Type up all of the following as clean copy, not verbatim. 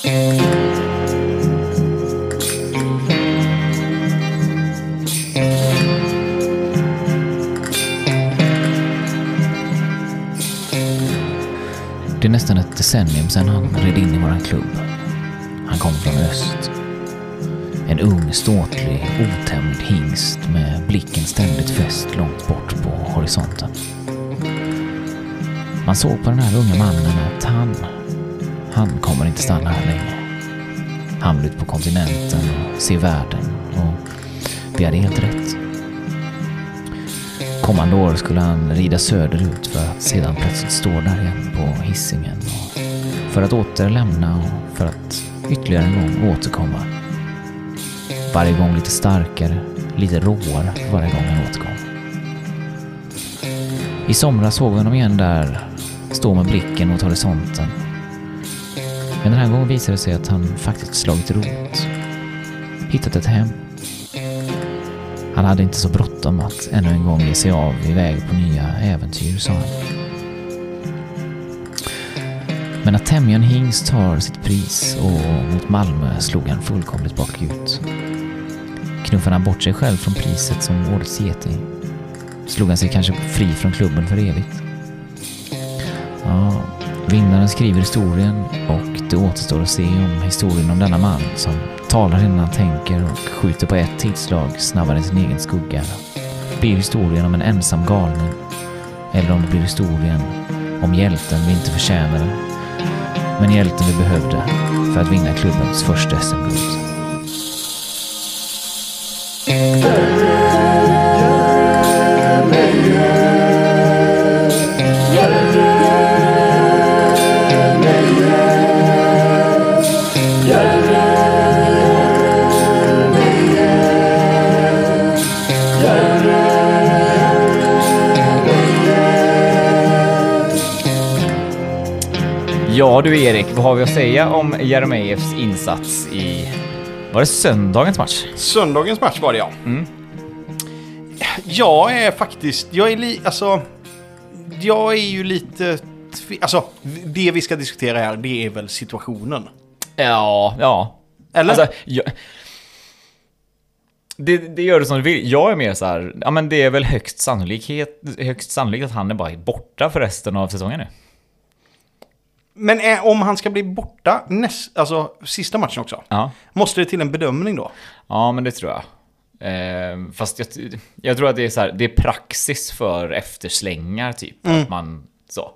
Det är nästan ett decennium sedan han red in i våran klubb. Han kom från öst. En ung, ståtlig, otämjd hingst med blicken ständigt fäst långt bort på horisonten. Man såg på den här unga mannen att han kommer inte stanna här länge. Han vill ut på kontinenten och se världen, och vi hade helt rätt. Kommande år skulle han rida söderut för att sedan plötsligt stå där igen på Hisingen, och för att återlämna och för att ytterligare en gång återkomma. Varje gång lite starkare, lite råare för varje gång han återkom. I somras såg vi honom igen där, stå med blicken mot horisonten. Men den här gången visade det sig att han faktiskt slagit rot. Hittat ett hem. Han hade inte så bråttom att ännu en gång ge sig av iväg på nya äventyr, sa han. Men att tämja en hingst har sitt pris, och mot Malmö slog han fullkomligt bakut. Knuffade han bort sig själv från priset som årets geting, slog han sig kanske fri från klubben för evigt. Ja, vinnaren skriver historien, och det återstår att se om historien om denna man som talar innan han tänker och skjuter på ett tidslag snabbare än sin egen skugga blir historien om en ensam galning, eller om det blir historien om hjälten vi inte förtjänade, men hjälten vi behövde för att vinna klubbens första SM-guld. Ja du Erik, vad har vi att säga om Jeremejeffs insats i... Var det söndagens match? Söndagens match var det, ja. Mm. Jag är faktiskt... Jag är ju lite... Alltså, det vi ska diskutera här, det är väl situationen. Ja. Eller? Alltså, det gör det som du vill. Jag är mer så här... Ja, men det är väl högst sannolikt att han är bara borta för resten av säsongen nu. Men om han ska bli borta sista matchen också, måste det till en bedömning då? Ja, men det tror jag. Fast jag tror att det är så här, det är praxis för efterslängar typ. Att man så.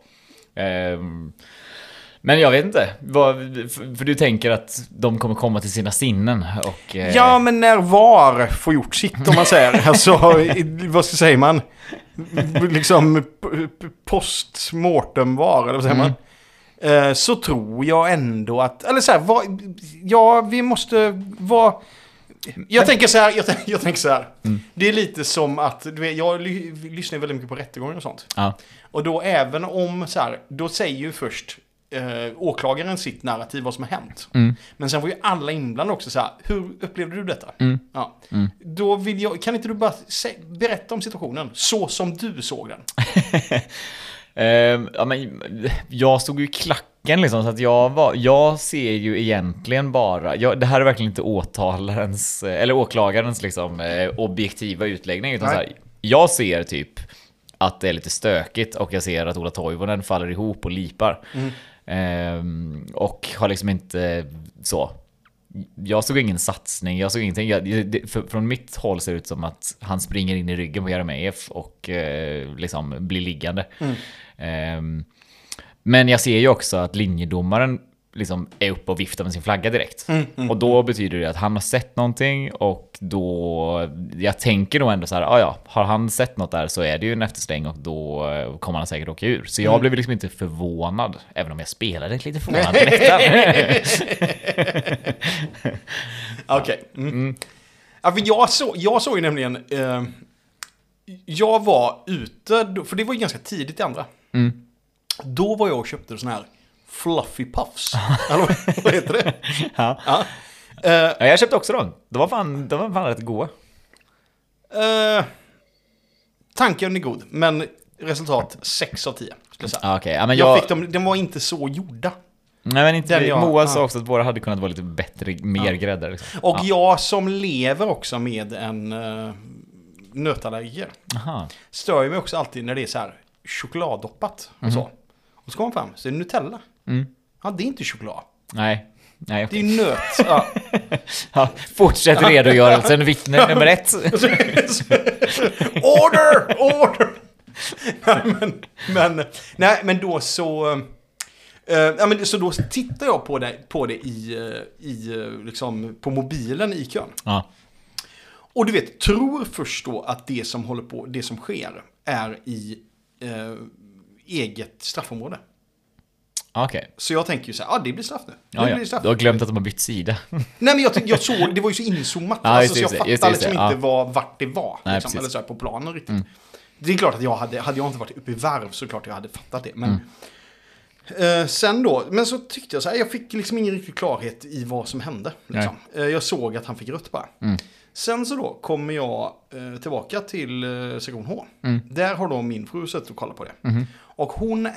Men jag vet inte. För du tänker att de kommer komma till sina sinnen. Och, ja, men när VAR får gjort sitt, om man säger. Alltså, vad säger man? Liksom postmortem VAR, eller vad säger man? Så tror jag ändå att... Eller så här, vi måste vara... Jag tänker så här. Det är lite som att... Du vet, jag lyssnar väldigt mycket på rättegångar och sånt. Ja. Och då även om så här... Då säger ju först åklagaren sitt narrativ vad som har hänt. Men sen får ju alla inblandade också så här... Hur upplevde du detta? Ja. Då kan inte du bara berätta om situationen så som du såg den? Ja, men jag stod ju i klacken liksom, så att jag ser ju egentligen bara det här är verkligen inte åklagarens liksom objektiva utläggning, utan så här, jag ser typ att det är lite stökigt, och jag ser att Ola Toivonen faller ihop och lipar och har liksom inte så. Jag såg ingen satsning, jag såg ingenting. Från mitt håll ser det ut som att han springer in i ryggen på Jeremejeff och liksom blir liggande. Men jag ser ju också att linjedomaren liksom är uppe och viftar med sin flagga direkt. Och då betyder det att han har sett någonting, och då jag tänker nog ändå så här, har han sett något där så är det ju en eftersläng, och då kommer han säkert åka ur. Så jag blev liksom inte förvånad, även om jag spelade lite förvånad direkt. Okej. Ja, för jag såg ju nämligen jag var ute, för det var ju ganska tidigt i andra. Då var jag och köpte sån här Fluffy Puffs. Eller vad heter det? Ja. Jag köpte också dem. De var fan rätt goda. Tanken är god, men resultat 6 av 10 skulle jag säga. Okay. Ja, men jag fick dem, de var inte så gjorda. Nej, men inte Moa sa ja. också att våra hade kunnat vara lite bättre, mer gräddar liksom. Och jag som lever också med en nötallergiker. Aha. Stör ju mig också alltid när det är så här chokladdoppat och så. Och så kommer man fram, så är det Nutella. Ja, det är inte choklad. Nej, Det är ju nöt. Ja. Ja, fortsätt redogörelsen, vittne nummer 1. Order! men då så... så då tittar jag på det i liksom på mobilen i kön. Ja. Och du vet, tror först då att det som sker är i eget straffområde. Okej. Så jag tänker ju så här, det blir straff nu. Det blir straff. Du har glömt att de har bytt sida. Nej, men jag såg, det var ju så inzoomat. Så jag fattade liksom inte vart det var. Nej, liksom, eller så här, på planen riktigt. Det är klart att hade jag inte varit uppe i varv så klart jag hade fattat det. Men sen då, men så tyckte jag så här, jag fick liksom ingen riktig klarhet i vad som hände. Liksom. Jag såg att han fick rött bara. Sen så då kommer jag tillbaka till sektion H. Där har då min fru suttit och kollat på det. Och hon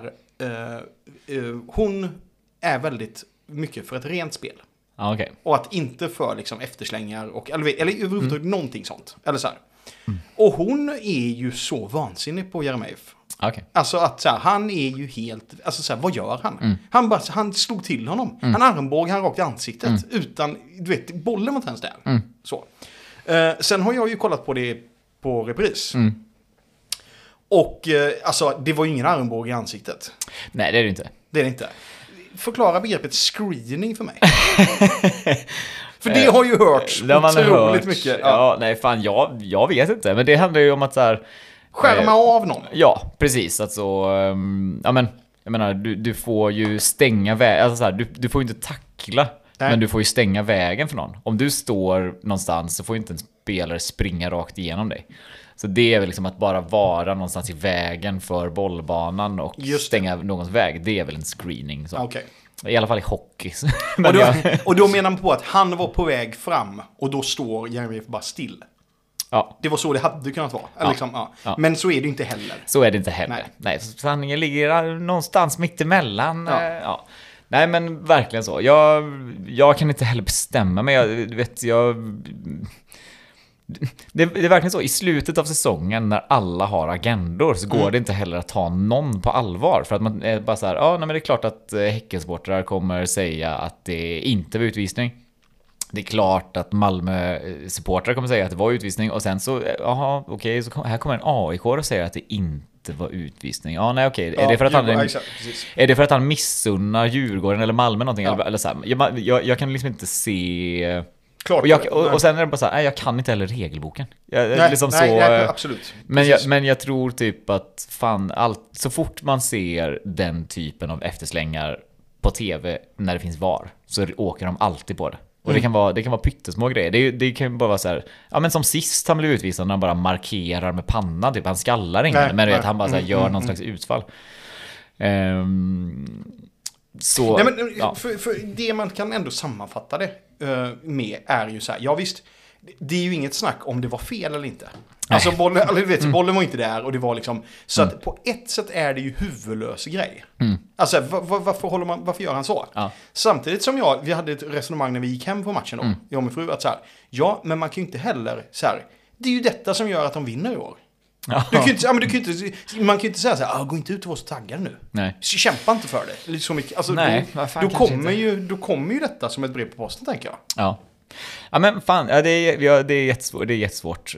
är väldigt mycket för ett rent spel. Okay. Och att inte för liksom efterslängar och, eller överhuvudtaget någonting sånt. Eller så här. Och hon är ju så vansinnig på Jeremejeff. Okay. Alltså att så här, han är ju helt, alltså så här, vad gör han? Han slog till honom. Han armbåg han rakt i ansiktet utan, du vet, bollen var inte ens där. Så. Sen har jag ju kollat på det på repris. Och alltså, det var ju ingen armbåge i ansiktet. Nej, det är det inte. Det är det inte. Förklara begreppet screening för mig. För det har ju hörts otroligt mycket. Ja, nej fan, jag vet inte. Men det handlar ju om att så här... Skärma av någon. Ja, precis. Alltså, ja men, jag menar, du får ju stänga vägen. Alltså så här, du får ju inte tackla. Nej. Men du får ju stänga vägen för någon. Om du står någonstans så får ju inte en spelare springa rakt igenom dig. Så det är väl liksom att bara vara någonstans i vägen för bollbanan och stänga någons väg. Det är väl en screening. Så. Okay. I alla fall i hockey. Och då menar man på att han var på väg fram och då står Jeremejeff bara still. Ja. Det var så det hade kunnat vara. Ja. Liksom, ja. Men så är det inte heller. Så är det inte heller. Nej, sanningen ligger någonstans mittemellan. Ja. Nej, men verkligen så. Jag kan inte heller bestämma mig. Det är verkligen så. I slutet av säsongen när alla har agendor så går det inte heller att ta någon på allvar. För att man är bara så här, men det är klart att Häckensportrar kommer säga att det inte var utvisning. Det är klart att Malmö-supportrar kommer säga att det var utvisning. Och sen så, så här kommer en AIK och säger att det inte var utvisning. Är det för att han missunnar Djurgården eller Malmö någonting? Eller så här, jag kan liksom inte se... Och sen är det bara så här, jag kan inte heller regelboken. Absolut. Men jag tror typ att så fort man ser den typen av efterslängar på tv när det finns VAR så åker de alltid på det. Och det kan vara pyttesmå grejer. Det kan ju bara vara så här, men som sist han blev utvisad när han bara markerar med pannan typ, han skallar ingen, men han bara så här, gör någon slags utfall. Så, för det man kan ändå sammanfatta det med är ju så här, ja visst, det är ju inget snack om det var fel eller inte. Alltså bollen var inte där och det var liksom, så att på ett sätt är det ju huvudlös grej. Alltså varför gör han så? Ja. Samtidigt som vi hade ett resonemang när vi gick hem på matchen då, jag och min fru, att så här, men man kan ju inte heller så här, det är ju detta som gör att de vinner i år. Man kan ju inte säga så här, gå inte ut och vara så taggad nu. Nej. Kämpa inte för det. Lite så mycket. Alltså, då kommer ju detta som ett brev på posten, tänker jag. Ja. Ja, men fan, det är jättesvårt. Det är jättesvårt.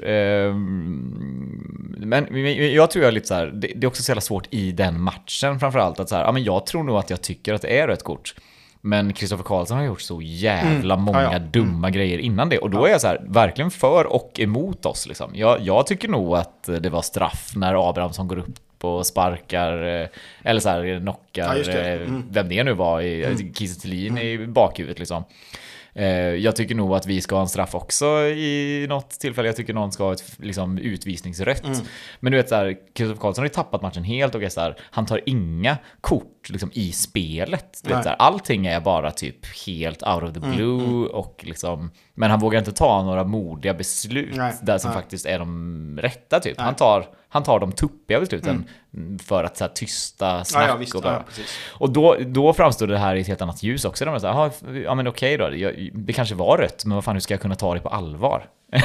Men jag tror lite så här, det är också så jävla svårt i den matchen framförallt att så här, men jag tror nog att jag tycker att det är ett kort. Men Kristoffer Karlsson har gjort så jävla många dumma grejer innan det. Och då är jag så här, verkligen för och emot oss liksom. Jag tycker nog att det var straff när Abrahamsson går upp och sparkar eller så här knockar vem det nu var i Kiese Thelin i bakhuvudet liksom. Jag tycker nog att vi ska ha en straff också i något tillfälle. Jag tycker någon ska ha ett liksom, utvisningsrätt. Men du vet så här, Kristoffer Karlsson har ju tappat matchen helt och så här, han tar inga kort liksom, i spelet. Du vet, så här, allting är bara typ helt out of the blue och liksom, men han vågar inte ta några modiga beslut som faktiskt är de rätta typ. Han tar Han tar de tuppiga besluten för att så här, tysta snack. Ja, visst. Och, bara. Ja, precis. Och då framstod det här i ett helt annat ljus också. Där man så här, ja men okej då, det kanske var rött, men vad fan, hur ska jag kunna ta det på allvar?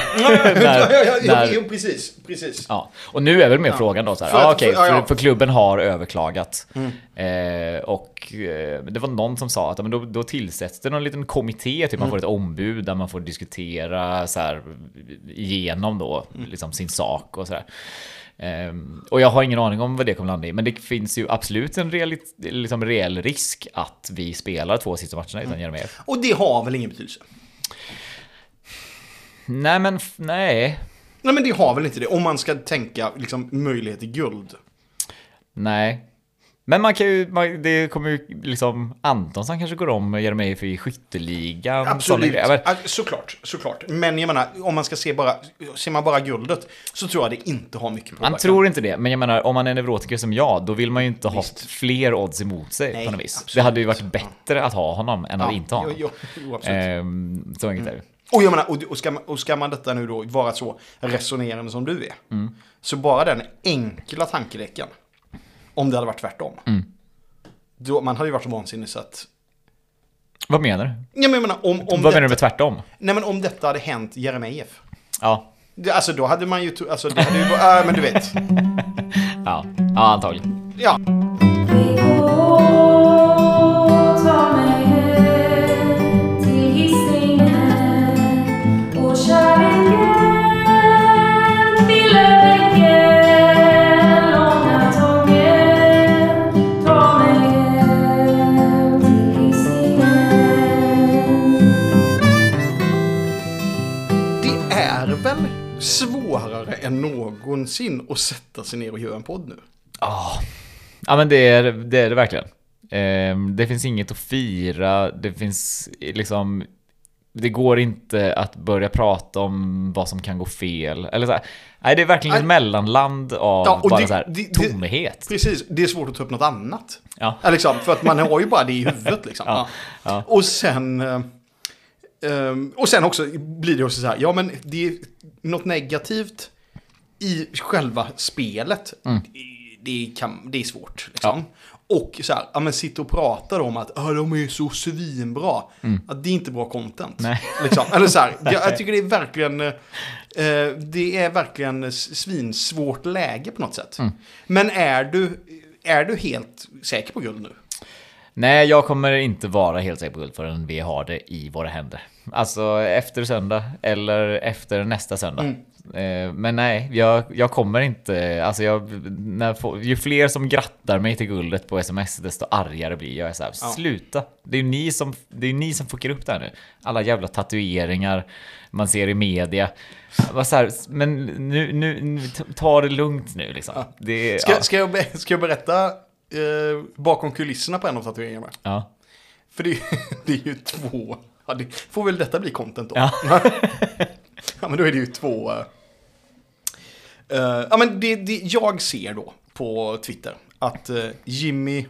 Jo, precis. Ja. Och nu är väl med frågan då så här, för klubben har överklagat. Och det var någon som sa att men då tillsätts det någon liten kommitté, typ man får ett ombud där man får diskutera så här, igenom då liksom sin sak och så här. Och jag har ingen aning om vad det kommer landa i, men det finns ju absolut en reell risk att vi spelar 2 sista matcherna utan Jeremejeff. Och det har väl ingen betydelse? Nej. Nej, men det har väl inte det, om man ska tänka liksom möjlighet till guld. Nej. Men man kan ju, det kommer ju liksom Antonsson kanske går om Jeremejeff i skytteligan. Absolut, såklart. Men jag menar, om man ska ser man bara guldet, så tror jag det inte har mycket påverkan. Man tror inte det, men jag menar, om man är neurotiker som jag, då vill man ju inte ha fler odds emot sig. Nej, på något vis. Absolut. Det hade ju varit bättre att ha honom än att inte ha honom. Jo, absolut. Så enkelt är det. Och jag menar, och ska man detta nu då vara så resonerande som du är, så bara den enkla tankeleken, om det hade varit tvärtom, då, man hade ju varit så vansinnig så att... Vad menar du? Ja, men jag menar, om vad menar du med tvärtom? Nej, men om detta hade hänt Jeremejeff. Ja. Alltså då hade man ju... Alltså, det hade ju men du vet. Ja, antagligen. Ja. Svårare än någonsin att sätta sig ner och göra en podd nu. Ja, men det är det verkligen. Det finns inget att fira. Det finns liksom... Det går inte att börja prata om vad som kan gå fel. Eller så här. Nej, det är verkligen ett mellanland av bara så här tomhet. Precis, det är svårt att ta upp något annat. Ja. Liksom, för att man har ju bara det i huvudet. Liksom. Ja. Och sen också blir det också så här, ja men det är något negativt i själva spelet. Det är svårt liksom. Och så här, ja men sitta och prata om att de är så svinbra. Att det är inte bra content. Nej. Liksom. Eller så här, jag tycker det är verkligen svinsvårt läge på något sätt. Men är du helt säker på guld nu? Nej, jag kommer inte vara helt säker på guld förrän vi har det i våra händer. Alltså efter söndag eller efter nästa söndag. Men nej, jag kommer inte. Alltså ju fler som grattar mig till guldet på sms, desto argare blir jag. Så här, sluta. Det är ju ni som fuckar upp det här nu. Alla jävla tatueringar man ser i media. Så här, men nu ta det lugnt nu liksom. Ska jag berätta bakom kulisserna på en av tatueringarna? Ja. För det är ju 2. Ja, får väl detta bli content då? Ja. Ja, men då är det ju 2. Ja, men jag ser då på Twitter att Jimmy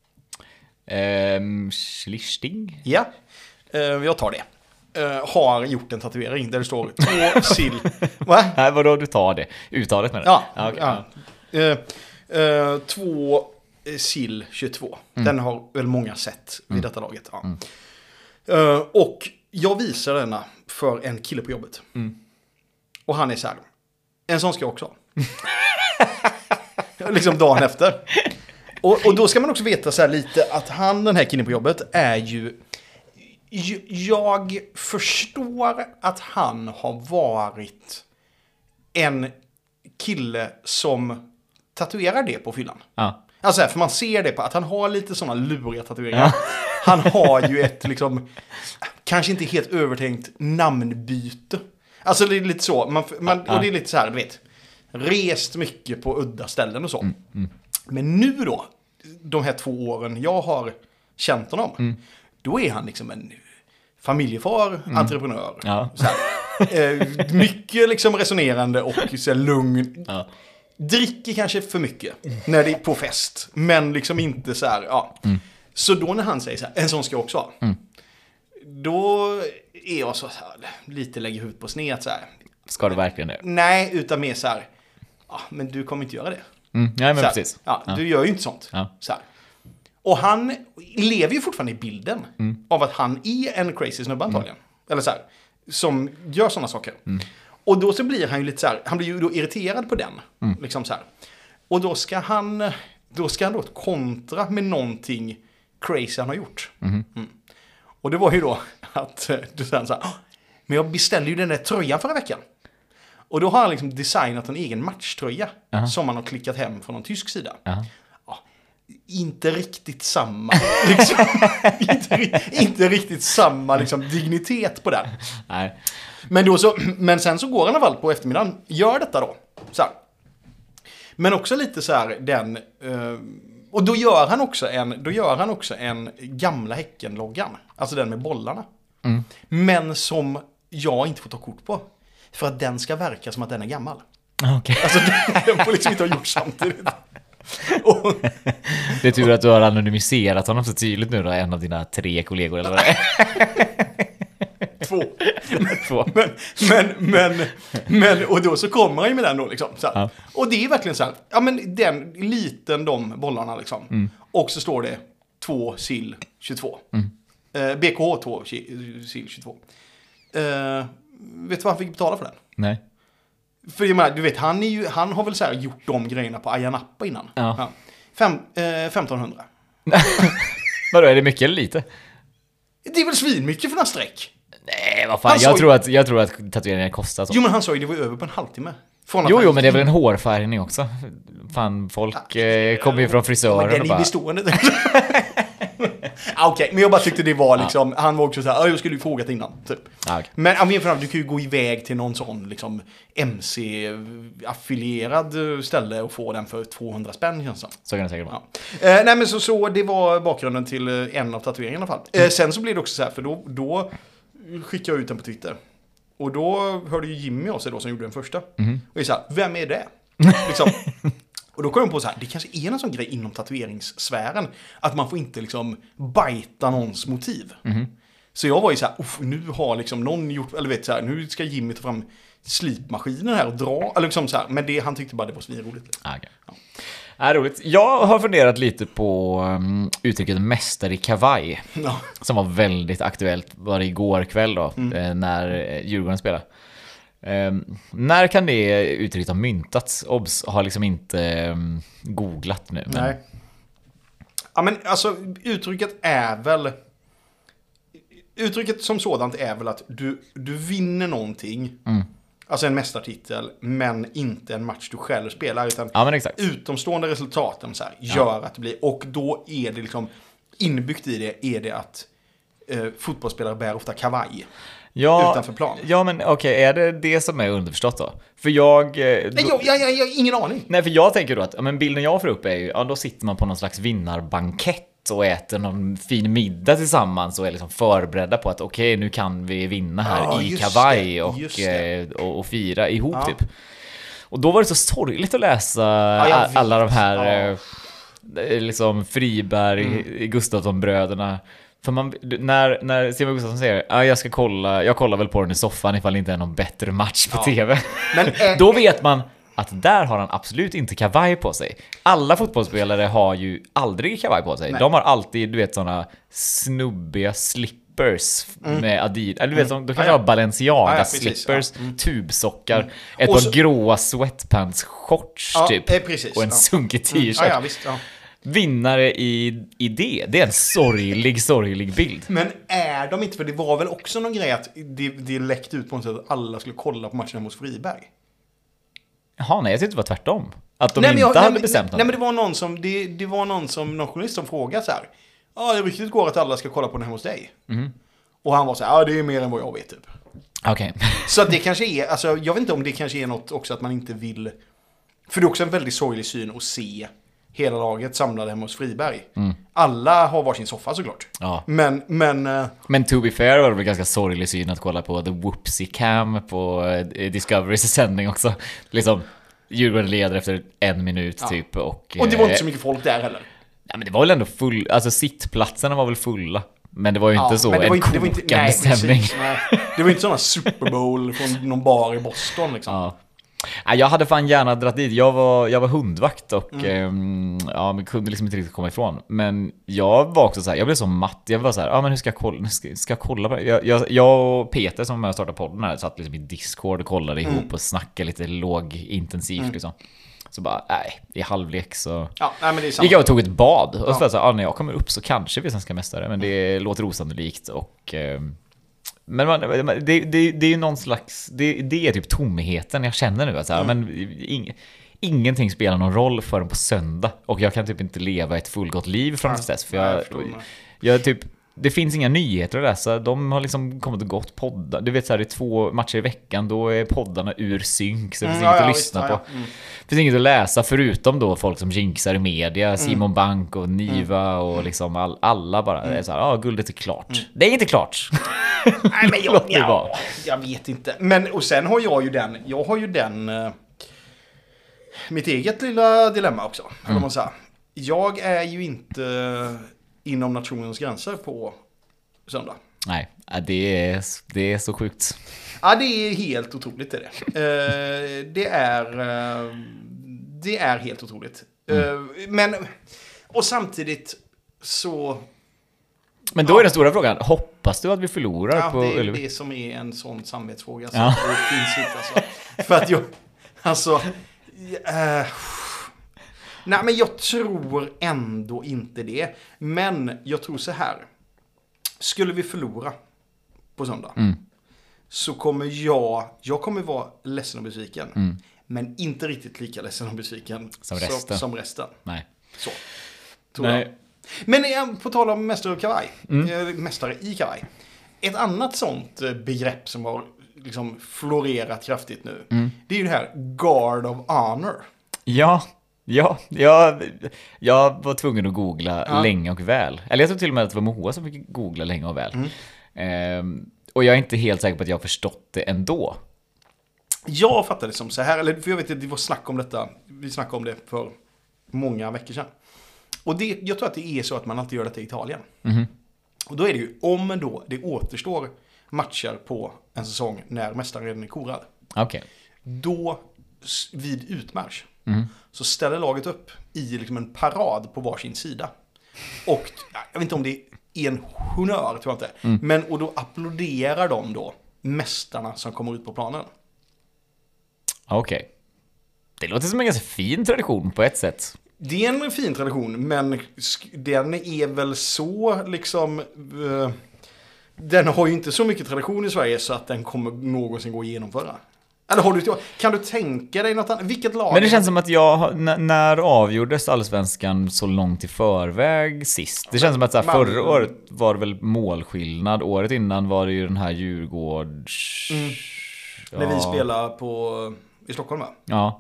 Schlichting? Ja, jag tar det. Har gjort en tatuering där det står 2 sill. Va? Nej, vadå du tar det? Uttalet med det? Ja, okay. 2 sill 22. Den har väl många sett vid detta laget. Ja. Och jag visar denna för en kille på jobbet. Och han är så här: en sån ska jag också ha. Liksom dagen efter. Och då ska man också veta så här lite att den här killen på jobbet är ju... Jag förstår att han har varit en kille som tatuerar det på fyllan. Ja. Alltså för man ser det på att han har lite sådana luriga tatueringar. Ja. Han har ju ett liksom kanske inte helt övertänkt namnbyte. Alltså det är lite så. Och det är lite så här, du vet. Rest mycket på udda ställen och så. Men nu då, de här 2 åren jag har känt honom. Då är han liksom en familjefar, entreprenör. Ja. Så här. Mycket liksom resonerande och så här lugn. Ja. Dricker kanske för mycket när det är på fest. Men liksom inte så här, Så då när han säger så här, en sån ska jag också ha. Då är jag så här, lite lägger huvudet på sned så här. Ska du verkligen det? Nej, utan mer så här, men du kommer inte göra det. Ja, men Så här, precis. Du gör ju inte sånt. Ja. Så här. Och han lever ju fortfarande i bilden av att han är en crazy snubbe antagligen. Eller så här, som gör sådana saker. Och då så blir han ju lite så här, han blir ju då irriterad på den. Liksom så här. Och då ska han då kontra med någonting crazy han har gjort. Och det var ju då att du säger så här, men jag beställde ju den där tröjan förra veckan. Och då har han liksom designat en egen matchtröja som han har klickat hem från någon tysk sida. Inte riktigt samma liksom, inte riktigt samma liksom, dignitet på den. Nej. Men sen så går han i alla fall på eftermiddagen, gör detta då. Så här. Men också lite så här den och då gör han också en gamla Häcken-loggan, alltså den med bollarna. Men som jag inte får ta kort på för att den ska verka som att den är gammal. Okay. Alltså den får liksom inte ha gjort samtidigt. Det är tur att du har anonymiserat honom så tydligt nu då, en av dina 3 kollegor eller vad det är. 2. Men och då så kommer han ju med den då liksom. Så här. Och det är verkligen så här, ja men den liten de bollarna liksom. Och så står det 2 sill 22. BKH 2 sill 22. Vet du vad han fick betala för den? Nej. För jag menar, du vet, han har väl så här gjort de grejerna på Ayia Napa innan. 1500. Vadå, är det mycket eller lite? Det är väl svinmycket för en streck. Nej, vad fan, jag tror att tatueringen kostar så. Jo, men han sa ju det var över på en halvtimme. Jo, men det är väl en hårfärgning också. Fan, folk kommer ju från frisören. Men den är bestående. Okej, men jag bara tyckte det var liksom, han var också så här, jag skulle ju frågat innan typ. Okay. Men du kan ju gå iväg till någon sån liksom MC-affilierad ställe och få den för 200 spänn känns det. Så kan det säkert vara. Nej, men så det var bakgrunden till en av tatueringarna i alla fall. Sen så blir det också så här, för då skickade jag ut den på Twitter. Och då hörde ju Jimmy av sig då som gjorde den första. Och jag sa, vem är det? Liksom. Och då kom jag på så här, det kanske är en sån grej inom tatueringssfären att man får inte liksom bajta någons motiv. Så jag var ju så här, nu har liksom någon gjort, eller vet så här, nu ska Jimmy ta fram slipmaskinen här och dra, eller liksom så här, men han tyckte bara det var svinroligt. Okay. Roligt. Jag har funderat lite på uttrycket mästare i kavaj som var väldigt aktuellt, var det igår kväll då, när Djurgården spelade. När kan det uttrycket ha myntats? Obs har liksom inte googlat nu. Men... Nej. Ja, men alltså uttrycket som sådant är väl att du vinner någonting. Alltså en mästartitel, men inte en match du själv spelar, utan men exakt. Utomstående resultaten så här, gör att det blir, och då är det liksom inbyggt i det är det att fotbollsspelare bär ofta kavaj. Utanför plan. Ja, men okej, är det som är underförstått då? För jag har ingen aning. Nej, för jag tänker då att men bilden jag får upp är ju, då sitter man på någon slags vinnarbankett och äter någon fin middag tillsammans och är liksom förberedda på att okej, nu kan vi vinna här i kavaj och fira ihop typ. Och då var det så sorgligt att läsa alla de här liksom Friberg, Gustafsson-bröderna. För när Simon Gustafsson säger jag kollar väl på den i soffan ifall det inte är någon bättre match på tv. Men, då vet man att där har han absolut inte kavaj på sig. Alla fotbollsspelare har ju aldrig kavaj på sig. Nej. De har alltid, du vet, såna snubbiga slippers med Adidas. Eller du vet, de kanske har Balenciaga slippers, tubsockar, ett par gråa sweatpants-shorts typ. Och en sunkig t-shirt. Vinnare i det är en sorglig bild. Men är de inte, för det var väl också någon grej att det läckte ut på något sätt att alla skulle kolla på matchen hos Friberg. Jaha, nej, jag tyckte det var tvärtom. Att de hade bestämt något. Nej, men det var någon journalist som frågade så här. Det är riktigt går att alla ska kolla på den hemma hos dig. Och han var så här, det är mer än vad jag vet typ. Okej. Så att det kanske är, alltså jag vet inte om det kanske är något också att man inte vill, för det är också en väldigt sorglig syn att se hela laget samlade hemma hos Friberg. Alla har varsin soffa såklart. Ja. Men to be fair var det väl ganska sorglig syn att kolla på The Whoopsie Cam på Discoverys sändning också. Liksom, Djurgården leder efter 1 minut typ. Och det var inte så mycket folk där heller. Ja, men det var väl ändå full, alltså sittplatserna var väl fulla. Men det var ju inte så en kokande stämning. Det var inte sådana Super Bowl från någon bar i Boston liksom. Jag hade fan gärna dratt dit. Jag var hundvakt och men kunde liksom inte riktigt komma ifrån. Men jag var också så här, jag blev så matt. Jag var så här, men hur ska jag kolla? Ska jag kolla på det? Jag och Peter som jag startade podden här satt liksom i Discord och kollade ihop och snackade lite lågintensivt liksom. Så bara, i halvlek så men det är gick jag och tog ett bad. Och så var jag så här, när jag kommer upp så kanske vi svenska mästare. Men det låter osannolikt och... Men det är ju någon slags... Det är typ tomheten jag känner nu. Alltså, men ingenting spelar någon roll förrän på söndag. Och jag kan typ inte leva ett fullgott liv fram till dess. För jag typ... Det finns inga nyheter att läsa. De har liksom kommit och gått poddar. Du vet så här, det är 2 matcher i veckan. Då är poddarna ur synk. Så det finns inget att lyssna på. Det finns inget att läsa förutom då folk som jinxar i media. Simon Bank och Niva och liksom alla bara är så här, guldet är klart. Det är inte klart. Nej, men jag vet inte. Men och sen har jag ju den mitt eget lilla dilemma också. Kan man säga. Jag är ju inte inom nationens gränser på söndag. Nej, det är så sjukt. Ja, det är helt otroligt det är helt otroligt. Men och samtidigt så... Men då är den stora frågan, hoppas du att vi förlorar på det är det som är en sån samvetsfråga. Så det finns inte alltså. För att nej, men jag tror ändå inte det. Men jag tror så här. Skulle vi förlora på söndag så kommer jag kommer vara ledsen och besviken. Men inte riktigt lika ledsen och besviken som resten. Nej. Så. Nej. Men på tal om mästare och kavaj. Mästare i kavaj. Ett annat sånt begrepp som har liksom florerat kraftigt nu. Det är ju det här Guard of Honor. Ja, jag var tvungen att googla länge och väl. Eller jag tror till och med att det var Moa som fick googla länge och väl. Och jag är inte helt säker på att jag har förstått det ändå. Jag fattade det som så här, för jag vet att det var snack om detta. Vi snackade om det för många veckor sedan. Och jag tror att det är så att man alltid gör detta i Italien. Och då är det ju, om då det återstår matcher på en säsong när mästaren redan är korad. Okay. Då vid utmarsch så ställer laget upp i liksom en parad på varsin sida. Och jag vet inte om det är en honör, tror jag inte. Men och då applåderar de då mästarna som kommer ut på planen. Okej. Okay. Det låter som en ganska fin tradition på ett sätt. Det är en fin tradition, men den är väl så liksom... den har ju inte så mycket tradition i Sverige så att den kommer någonsin gå att genomföra. Eller kan du tänka dig något annat? Vilket lag? Men det känns som att när avgjordes Allsvenskan så långt i förväg sist? Det känns som att så här, förra året var det väl målskillnad. Året innan var det ju den här Djurgårds... När vi spelade i Stockholm, va? Ja.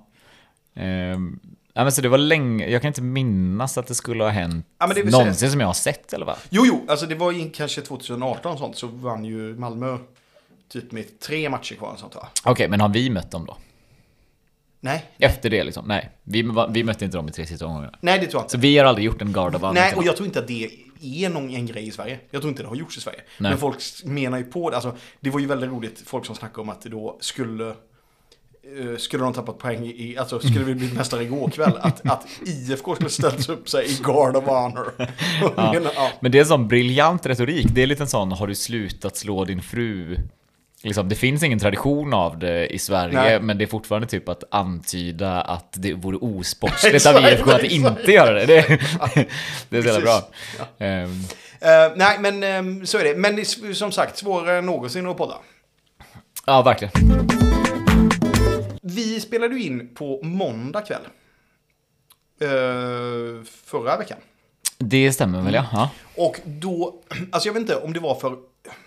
Men så det var länge. Jag kan inte minnas att det skulle ha hänt någonsin som jag har sett, eller vad? Jo, alltså det var ju kanske 2018 och sånt, så vann ju Malmö typ med 3 matcher kvar och sånt, va? Okej, men har vi mött dem då? Nej. Efter det liksom? Nej, vi mötte inte dem i 3 sista omgångar. Nej, det tror jag inte. Så vi har aldrig gjort en Guard of Honor. Nej, och jag tror inte att det är en grej i Sverige. Jag tror inte det har gjorts i Sverige. Nej. Men folk menar ju på det. Alltså, det var ju väldigt roligt, folk som snackade om att det då skulle de tappat poäng alltså skulle vi bli mästare igår kväll att IFK skulle ställt upp sig i Guard of Honor. Men det är en sån briljant retorik. Det är lite en sån, har du slutat slå din fru? Liksom, det finns ingen tradition av det i Sverige. Men det är fortfarande typ att antyda att det vore osportsligt av IFK att inte göra det. Det är så jävla bra. Nej, men så är det. Men det är som sagt svårare än någonsin att podda. Ja, verkligen. Vi spelade ju in på måndag kväll. Förra veckan. Det stämmer väl, ja. Och då, alltså jag vet inte om det var för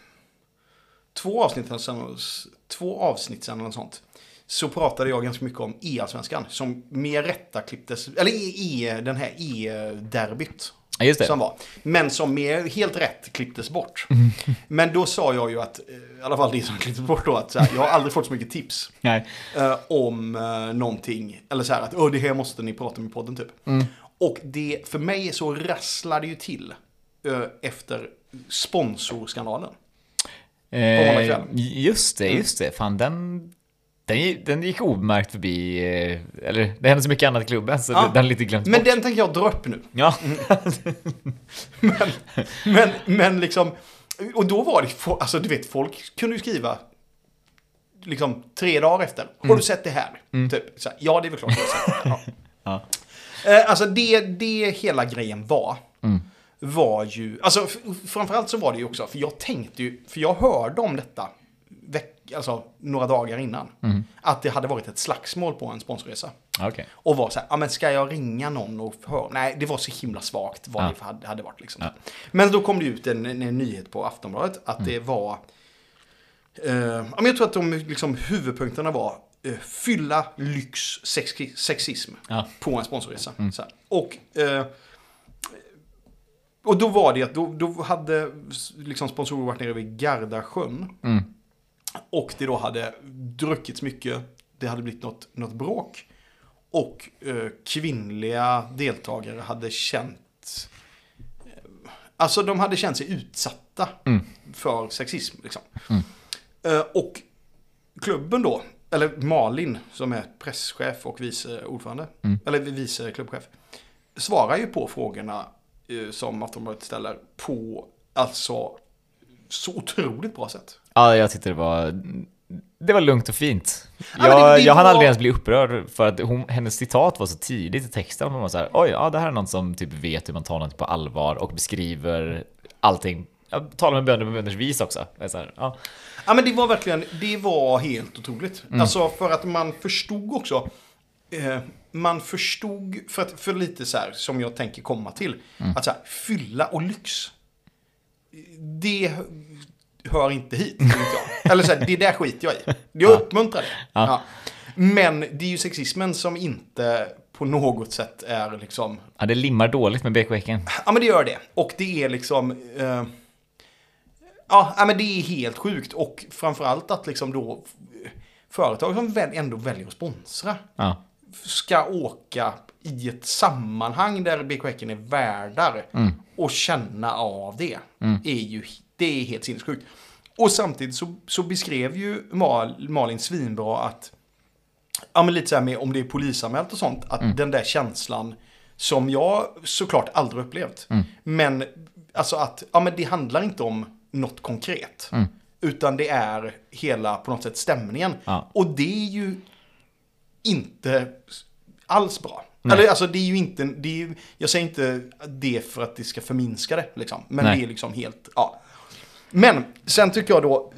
2 avsnitt sedan eller sånt, så pratade jag ganska mycket om E-allsvenskan som med rätta klipptes, eller den här E-derbyt. Ja, just det. Som var. Men som med helt rätt klipptes bort. Men då sa jag ju att, i alla fall det som klipptes bort då, att så här, jag har aldrig fått så mycket tips om någonting. Eller så här att det här måste ni prata med podden typ. Och det, för mig så rasslade ju till efter sponsorskandalen. Just det. Fan, den Den gick obemärkt förbi, eller det hände så mycket annat i klubben så den är lite glömt Men bort. den tänker jag dra upp nu. Ja. men liksom, och då var det, alltså du vet, folk kunde ju skriva liksom 3 dagar efter. Har du sett det här? Typ, så här, ja, det är väl klart jag har sett det här. Ja. Ja. Alltså det hela grejen var ju, alltså framförallt så var det ju också, för jag tänkte ju, för jag hörde om detta alltså några dagar innan, att det hade varit ett slagsmål på en sponsorresa. Okay. Och var så här, men ska jag ringa någon och höra? Nej, det var så himla svagt vad det hade varit liksom. Ja. Men då kom det ut en nyhet på Aftonbladet att det var, jag tror att de liksom, huvudpunkterna var fylla, lyx, sexism på en sponsorresa. Så här. Och då var det att då hade liksom sponsorer varit nere vid Gardasjön. Och det då hade druckits mycket. Det hade blivit något bråk. Och kvinnliga deltagare hade känt, alltså de hade känt sig utsatta för sexism liksom. Och klubben då, eller Malin som är presschef och vice ordförande, eller vice klubbchef, svarar ju på frågorna som Aftonbladet ställer på alltså så otroligt bra sätt. Ja, jag tyckte det var lugnt och fint. Ja, jag hann aldrig ens bli upprörd för att hennes citat var så tidigt i texten. Man var så här, oj, ja, det här är någon som typ vet hur man tar något på allvar och beskriver allting. Jag talar med bönder på bönders vis också. Det är så här, ja. Ja, men det var helt otroligt. Alltså för att man förstod också, för lite så här som jag tänker komma till, att så här, fylla och lyx, det hör inte hit, inte jag. Eller så här, det där skiter jag i. Jag uppmuntrar det. Ja. Men det är ju sexismen som inte på något sätt är liksom... Ja, det limmar dåligt med BK Häcken. Ja, men det gör det. Och det är liksom... ja, men det är helt sjukt. Och framförallt att liksom då företag som ändå väljer att sponsra ska åka i ett sammanhang där BK Häcken är värdar och känna av det. Det är helt sinnessjukt. Och samtidigt så beskrev ju Malin svinbra att, ja, men lite så här med om det är polisanmält och sånt, att den där känslan som jag såklart aldrig upplevt. Men alltså att, ja, men det handlar inte om något konkret. Utan det är hela på något sätt stämningen. Och det är ju inte alls bra. Eller, alltså det är ju inte, jag säger inte det för att det ska förminska det liksom. Men det är liksom helt, ja. Men sen tycker jag då,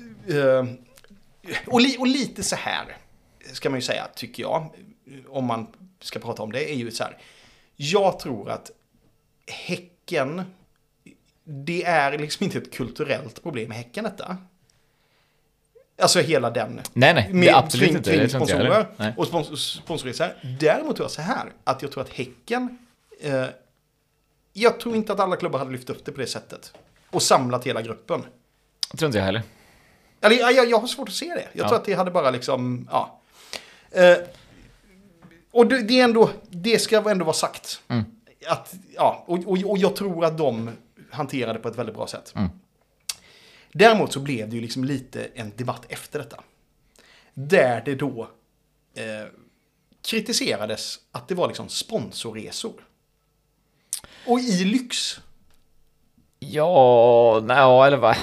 och lite så här ska man ju säga, tycker jag, om man ska prata om det, är ju så här. Jag tror att Häcken, det är liksom inte ett kulturellt problem med Häcken detta. Alltså hela den. Nej, det är absolut inte. Kring Det sponsorer och sponsorresor. Däremot tror jag så här, att jag tror att Häcken, jag tror inte att alla klubbar hade lyft upp det på det sättet. Och samlat hela gruppen. Jag tror inte jag heller. Eller jag har svårt att se det. Jag tror att det hade bara liksom, ja. Och det är ändå, det ska ändå vara sagt. Att, ja, och jag tror att de hanterade på ett väldigt bra sätt. Däremot så blev det ju liksom lite en debatt efter detta. Där det då kritiserades att det var liksom sponsorresor. Och i lyx. Eller vad?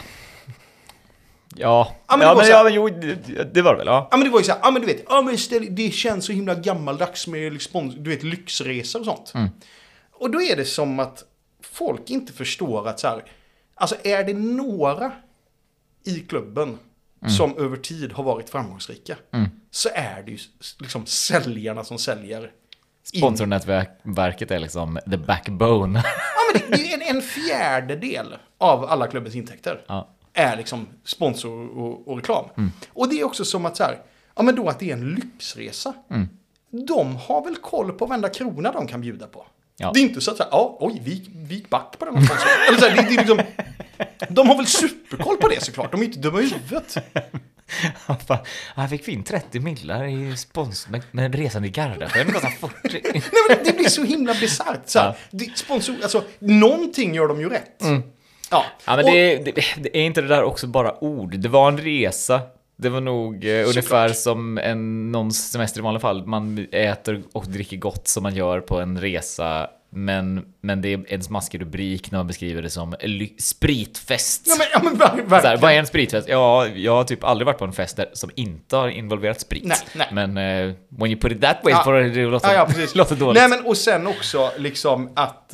Men det var det väl, ja. Ja, men det var ju så här, ja men du vet, ja men det känns så himla gammaldags med liksom, du vet, lyxresor och sånt. Och då är det som att folk inte förstår att så här, alltså är det några i klubben som över tid har varit framgångsrika, så är det ju liksom säljarna som säljer. Sponsornätverket är liksom the backbone. Ja, men det är en fjärdedel av alla klubbens intäkter. Är liksom sponsor och reklam. Och det är också som att så här, ja men då att det är en lyxresa. De har väl koll på varenda krona de kan bjuda på. Ja. Det är inte så att så här, oj, vi gick back på den här sponsorn. Eller så här, det är liksom, de har väl superkoll på det såklart. De är inte dumma i huvudet. Jag fick in 30 millar i sponsor med resan i Garda. Det kostar 40. Nej, men det blir så himla bisarrt. Så här, sponsor, alltså, någonting gör de ju rätt. Ja, men det är inte det där också bara ord. Det var en resa Det var nog ungefär som någons semester i vanliga fall. Man äter och dricker gott som man gör på en resa. Men det är en smaskig rubrik när man beskriver det som spritfest. Men såhär, vad är en spritfest? Ja, jag har typ aldrig varit på en fest där som inte har involverat sprit. Nej. Men when you put it that way, det låter dåligt. Nej, men och sen också liksom att...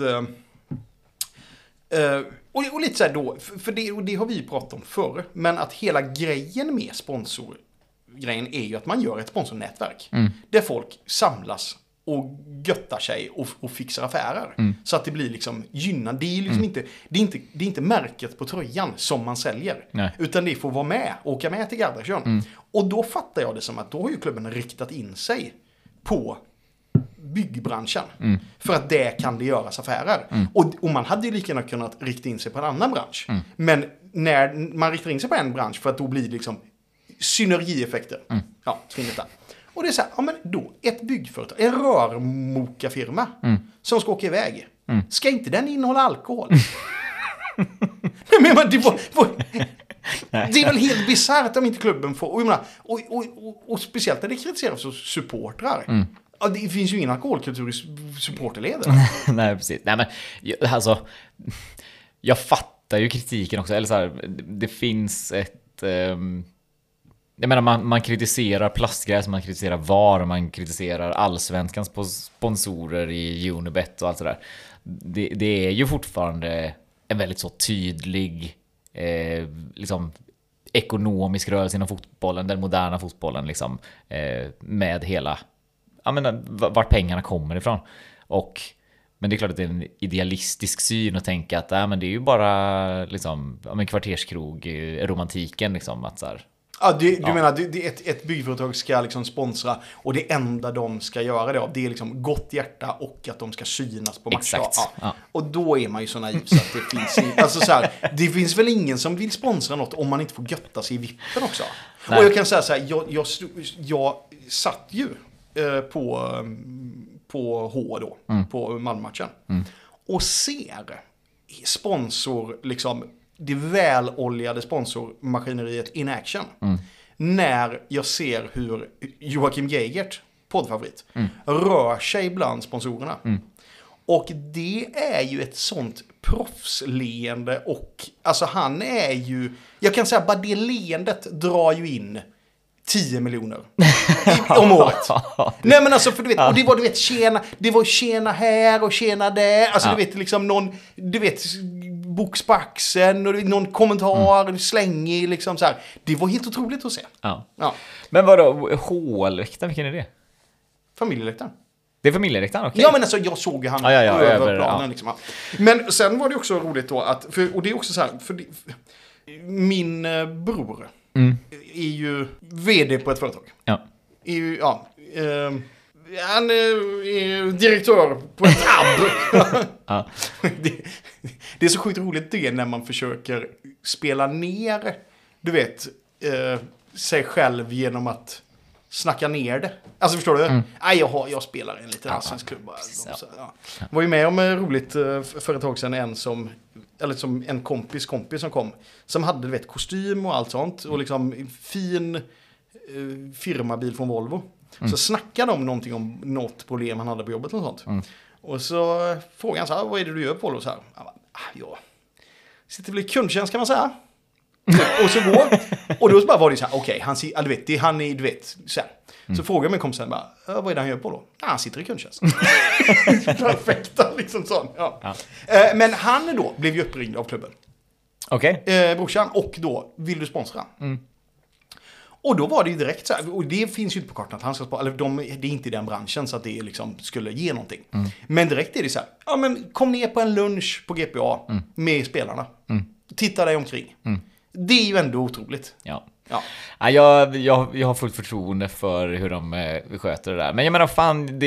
och lite så här då, för det har vi ju pratat om förr, men att hela grejen med sponsorgrejen är ju att man gör ett sponsornätverk. Där folk samlas och göttar sig och fixar affärer. Så att det blir liksom gynnande. Det är liksom inte, det är inte märket på tröjan som man säljer. Nej. Utan det får vara med, åka med till Gardarsjön. Och då fattar jag det som att då har ju klubben riktat in sig på byggbranschen. För att där kan det göras affärer. Och man hade ju lika gärna kunnat rikta in sig på en annan bransch. Men när man riktar in sig på en bransch, för att då blir det liksom synergieffekter. Ja, svinnet där. Och det är så här, ja men då, ett byggföretag, en rörmokarfirma som ska åka iväg. Ska inte den innehålla alkohol? Men det är väl helt bisarrt om inte klubben får... Och speciellt när det kritiseras av supportrar. Ja, det finns ju ingen alkoholkultur i supporterleder. Nej, precis. Nej, men alltså... Jag fattar ju kritiken också. Eller så här, det finns ett... Jag menar, man kritiserar plastgräs, man kritiserar VAR, man kritiserar allsvenskans sponsorer i Unibet och allt sådär. Det är ju fortfarande en väldigt så tydlig liksom ekonomisk rörelse inom fotbollen, den moderna fotbollen liksom, med hela, jag menar, vart pengarna kommer ifrån. Men det är klart att det är en idealistisk syn att tänka att men det är ju bara liksom, kvarterskrog, romantiken liksom, att så här. Ja, du menar ett byggföretag ska liksom sponsra och det enda de ska göra det är liksom gott hjärta och att de ska synas på matcher. Exakt. Ja. Och då är man ju så naiv så att det finns alltså så här, det finns väl ingen som vill sponsra något om man inte får götta sig i vippen också. Nej. Och jag kan säga så här, jag satt ju på H då, på Malmö-matchen. Och ser sponsor liksom det väloljade sponsormaskineriet in action. När jag ser hur Joakim Geigert, poddfavorit, rör sig bland sponsorerna. Och det är ju ett sånt proffsleende och alltså han är ju, jag kan säga bara det leendet drar ju in 10 miljoner om året. Nej men alltså, för du vet, och det var, du vet, det var tjena här och tjena där. Alltså du vet liksom någon, du vet, box på axeln och någon kommentar slängig liksom så här. Det var helt otroligt att se. Ja. Men vadå, HL-läktaren, vilken är det? Familjeläktaren. Det är familjeläktaren, okej. Ja men alltså jag såg ju han över planen liksom. Men sen var det också roligt då att, och det är också så här, min bror är ju vd på ett företag. Ja. Han är direktör på ett abb. Det är så sjukt roligt det när man försöker spela ner, du vet, sig själv genom att snacka ner det. Alltså förstår du? Nej, jag spelar en liten svensk klubb. Var ju med om roligt för ett tag sedan som en kompis som kom. Som hade, du vet, kostym och allt sånt. Och liksom fin firmabil från Volvo. Så snackade de någonting om något problem han hade på jobbet och sånt. Och så frågade han så här, vad är det du gör på Volvo? Så här, jag sitter väl i kundtjänst kan man säga. Och så går. Och då bara var det så här, okej, han är, du vet, så här. Så frågar min kompis bara, vad är det han gör på då? Han sitter i kundtjänst. Perfekta, liksom sån. Ja. Men han då blev ju uppringd av klubben. Okej. Brorsan, och då vill du sponsra. Och då var det ju direkt så här, och det finns ju inte på kartan att han ska sponsra, eller det är inte i den branschen så att det liksom skulle ge någonting. Men direkt är det så här, ja men kom ner på en lunch på GPA med spelarna. Titta dig omkring. Det är ju ändå otroligt. Ja. Jag har fullt förtroende för hur de sköter det där. Men jag menar fan,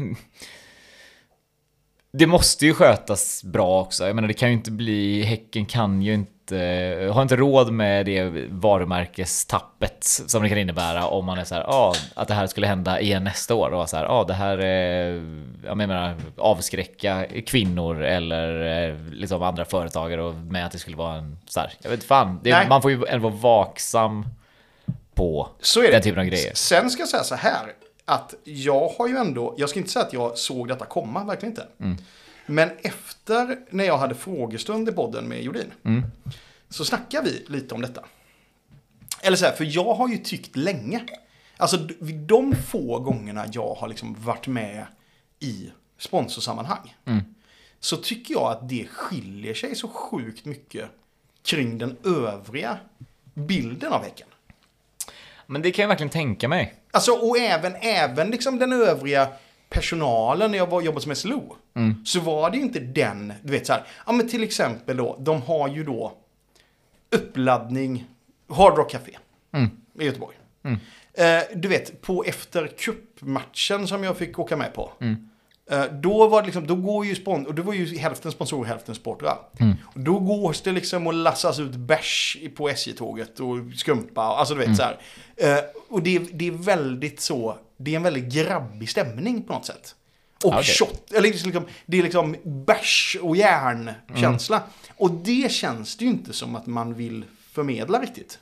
det måste ju skötas bra också. Jag menar, det kan ju inte bli, Häcken kan ju inte, har inte råd med det varumärkestappet som det kan innebära om man är så här, att det här skulle hända igen nästa år och så här, det här jag menar, avskräcka kvinnor eller liksom andra företagare och med att det skulle vara en så här, jag vet fan, man får ju ändå vara vaksam på Så är det. den typen av grejer. Sen ska jag säga så här, att jag har ju ändå, jag ska inte säga att jag såg detta komma, verkligen inte. Men efter när jag hade frågestund i podden med Jordin, så snackade vi lite om detta. Eller så här, för jag har ju tyckt länge, alltså de få gångerna jag har liksom varit med i sponsorsammanhang, så tycker jag att det skiljer sig så sjukt mycket kring den övriga bilden av Häcken. Men det kan jag verkligen tänka mig. Alltså, och även liksom den övriga personalen när jag jobbade som SLO, så var det ju inte den, du vet så här, ja men till exempel då, de har ju då uppladdning, Hard Rock Café i Göteborg. Du vet, på efter cupmatchen som jag fick åka med på, då var det liksom, då går ju och det var ju hälften sponsorer och hälften sportrar. Och då går det liksom och lassas ut bärs på SJ-tåget och skumpa, alltså du vet så här. Och det är väldigt så, det är en väldigt grabbig stämning på något sätt. Och shot, eller liksom, det är liksom bärs och järnkänsla. Och det känns det ju inte som att man vill förmedla riktigt.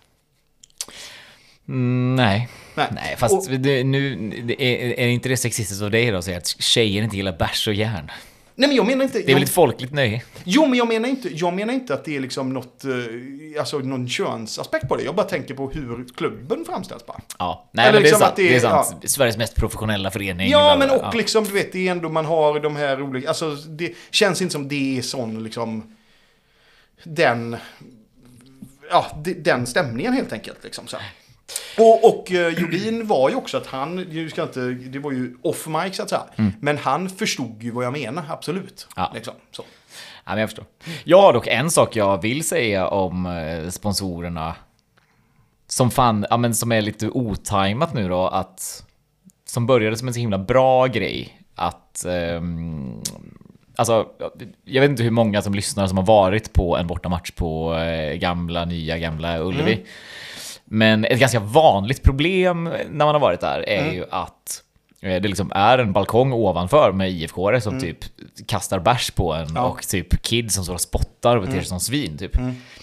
Nej, fast är inte det sexistiskt av dig då att säga att tjejer inte gillar bärs och järn? Nej, men jag menar inte... Det är väl ett folkligt nöje? Jo, men jag menar inte att det är liksom något, alltså någon könsaspekt på det. Jag bara tänker på hur klubben framställs bara. Ja, nej, men liksom det är sant. Ja. Sveriges mest professionella förening. Ja, men och liksom, du vet, det är ändå man har de här olika... Alltså, det känns inte som det är sån liksom... Den stämningen helt enkelt liksom så här. Och Jordin var ju också att det var ju off mic så att säga. Men han förstod ju vad jag menar, absolut. Ja. Liksom, så. Ja, men jag förstår. Jag har dock en sak jag vill säga om sponsorerna som som är lite otajmat nu då, att som började som en så himla bra grej att alltså, jag vet inte hur många som lyssnar som har varit på en bortamatch på gamla Ullevi. Men ett ganska vanligt problem när man har varit där är ju att det liksom är en balkong ovanför med IFK-are som typ kastar bärs på en och typ kids som står och spottar och beter sig som svin typ.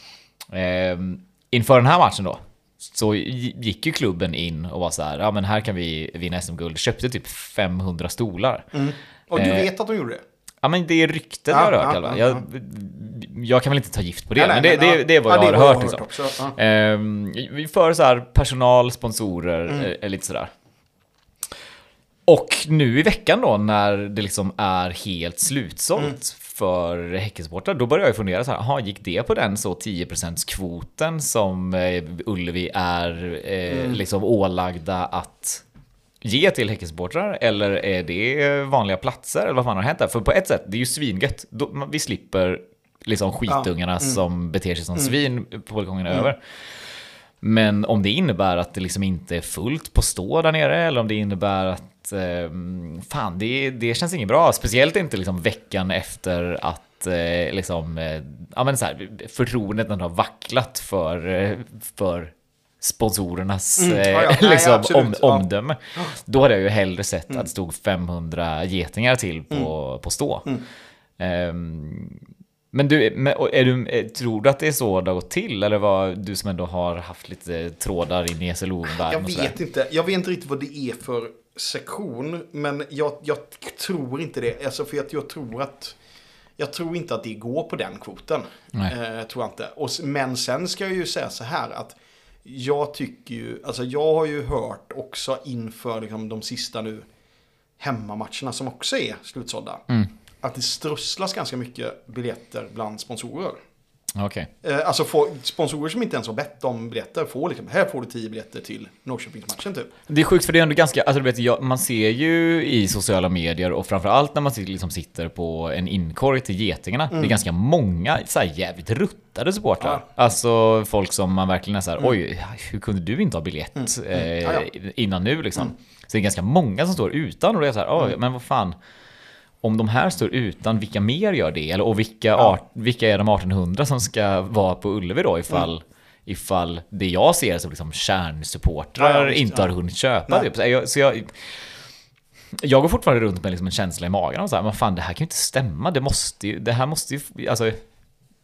Inför den här matchen då så gick ju klubben in och var så här, ja men här kan vi vinna SM-guld. Köpte typ 500 stolar. Och du vet att de gjorde det? Ja, men det är ryktet jag har hört. Jag kan väl inte ta gift på det, men det är vad jag har hört. Liksom. Vi för så här personal, sponsorer, lite sådär. Och nu i veckan då, när det liksom är helt slutsålt för Häckensportar, då börjar jag fundera så här, gick det på den så 10%-kvoten som Ullevi är liksom ålagda att ge till Häckensportrar, eller är det vanliga platser, eller vad fan har hänt där? För på ett sätt, det är ju svingött. Vi slipper liksom skitungarna som beter sig som svin på balkongen över. Men om det innebär att det liksom inte är fullt på stå där nere, eller om det innebär att fan, det känns inget bra. Speciellt inte liksom veckan efter att så här, förtroendet har vacklat för sponsorernas omdöme. Då hade jag ju hellre sett att det stod 500 getingar till på stå. Men tror du att det är så det har gått till? Eller var du som ändå har haft lite trådar in i SLO-världen? Jag vet inte riktigt vad det är för sektion, men jag tror inte det. Alltså, för jag tror inte att det går på den kvoten. Tror jag inte. Men sen ska jag ju säga så här att jag tycker ju, alltså jag har ju hört också inför liksom de sista nu hemmamatcherna som också är slutsålda, att det strösslas ganska mycket biljetter bland sponsorer. Okay. Alltså sponsorer som inte ens har bett om biljetter får liksom, här får du 10 biljetter till Norrköpingsmatchen typ. Det är sjukt, för det är ändå ganska, alltså du vet, man ser ju i sociala medier och framförallt när man liksom sitter på en inkorg till getingarna, det är ganska många så här jävligt ruttade supportrar. Alltså folk som man verkligen är så här, oj, hur kunde du inte ha biljett innan nu liksom. Så det är ganska många som står utan, och det är så här, oj, men vad fan, om de här står utan, vilka mer gör det? Eller, och vilka är de 1800 som ska vara på Ullevi då ifall det jag ser som liksom kärnsupportrar inte har hunnit köpa det. Så jag går fortfarande runt med liksom en känsla i magen och så här, men fan, det här kan ju inte stämma. Det här måste ju, alltså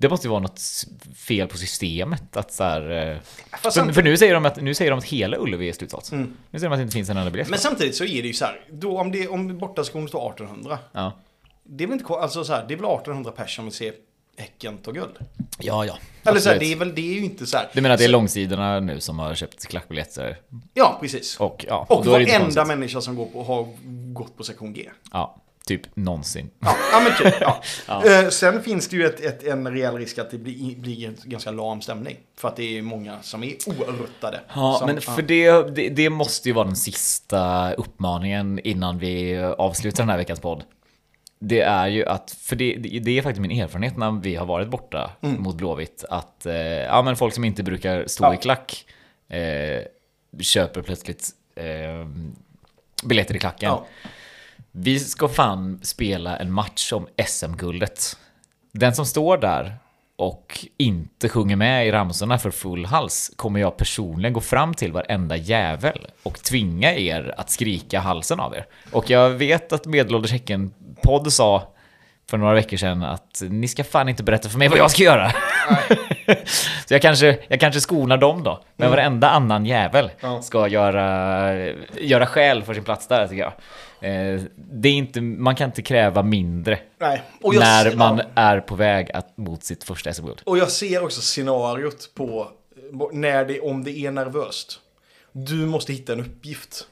Det måste ju vara något fel på systemet att så här, Fast för nu säger de att hela Ullevi är slutsålt. Nu säger de att det inte finns en enda biljett. Men samtidigt så är det ju så här, då om borta ska stå 1800. Ja. Det är väl inte alltså så här, det är väl 1800 personer som vill se Häcken ta guld. Ja. Eller så här, Absolut. det är ju inte så här. Du menar att det är långsidorna nu som har köpt klackbiljetter? Ja, precis. Och Och då är det inte varenda konstigt. människa som har gått på sektion G. Ja, typ någonsin. Ja, men typ. Ja. Sen finns det ju en reell risk att det blir en ganska lam stämning. För att det är många som är oruttade. Ja, men för det måste ju vara den sista uppmaningen innan vi avslutar den här veckans podd. Det är ju att, för det är faktiskt min erfarenhet när vi har varit borta mot Blåvitt, att men folk som inte brukar stå i klack köper plötsligt biljetter i klacken. Ja. Vi ska fan spela en match om SM-guldet. Den som står där och inte sjunger med i ramsorna för full hals kommer jag personligen gå fram till varenda jävel och tvinga er att skrika halsen av er. Och jag vet att Medelålders Häcken-podd sa för några veckor sedan att ni ska fan inte berätta för mig vad jag ska göra. Så jag kanske skonar dem då. Men varenda annan jävel ska göra skäl för sin plats där, tycker jag. Det är inte, man kan inte kräva mindre. Nej. När man är på väg mot sitt första SM-guld. Och jag ser också scenariot på om det är nervöst. Du måste hitta en uppgift.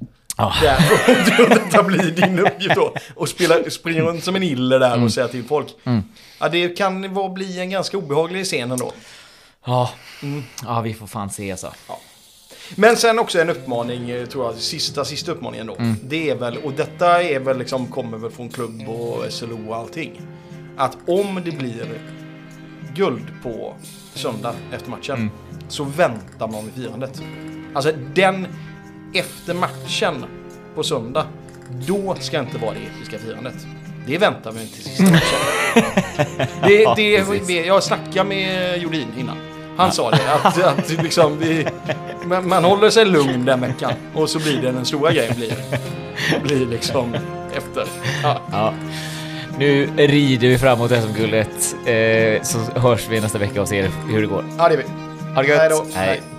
Detta blir din uppgift då. Och springa runt som en iller där och säga till folk. Ja, det kan bli en ganska obehaglig scen ändå. Ja, vi får fan se så. Ja. Men sen också en uppmaning, tror jag, sista uppmaningen då. Det är väl, och detta är väl liksom, kommer väl från klubb och SLO och allting. Att om det blir guld på söndag efter matchen så väntar man med firandet. Alltså den efter matchen på söndag, då ska inte vara det episka firandet. Det väntar vi till sista matchen. Jag snackade med Jordin innan. Han sa det, att liksom man håller sig lugn den veckan. Och så blir det den stora grejen blir liksom efter. Ja. Nu rider vi framåt SM-guldet. Så hörs vi nästa vecka och ser hur det går. Ja, det är vi. Ha det gött. Hej då. Hej.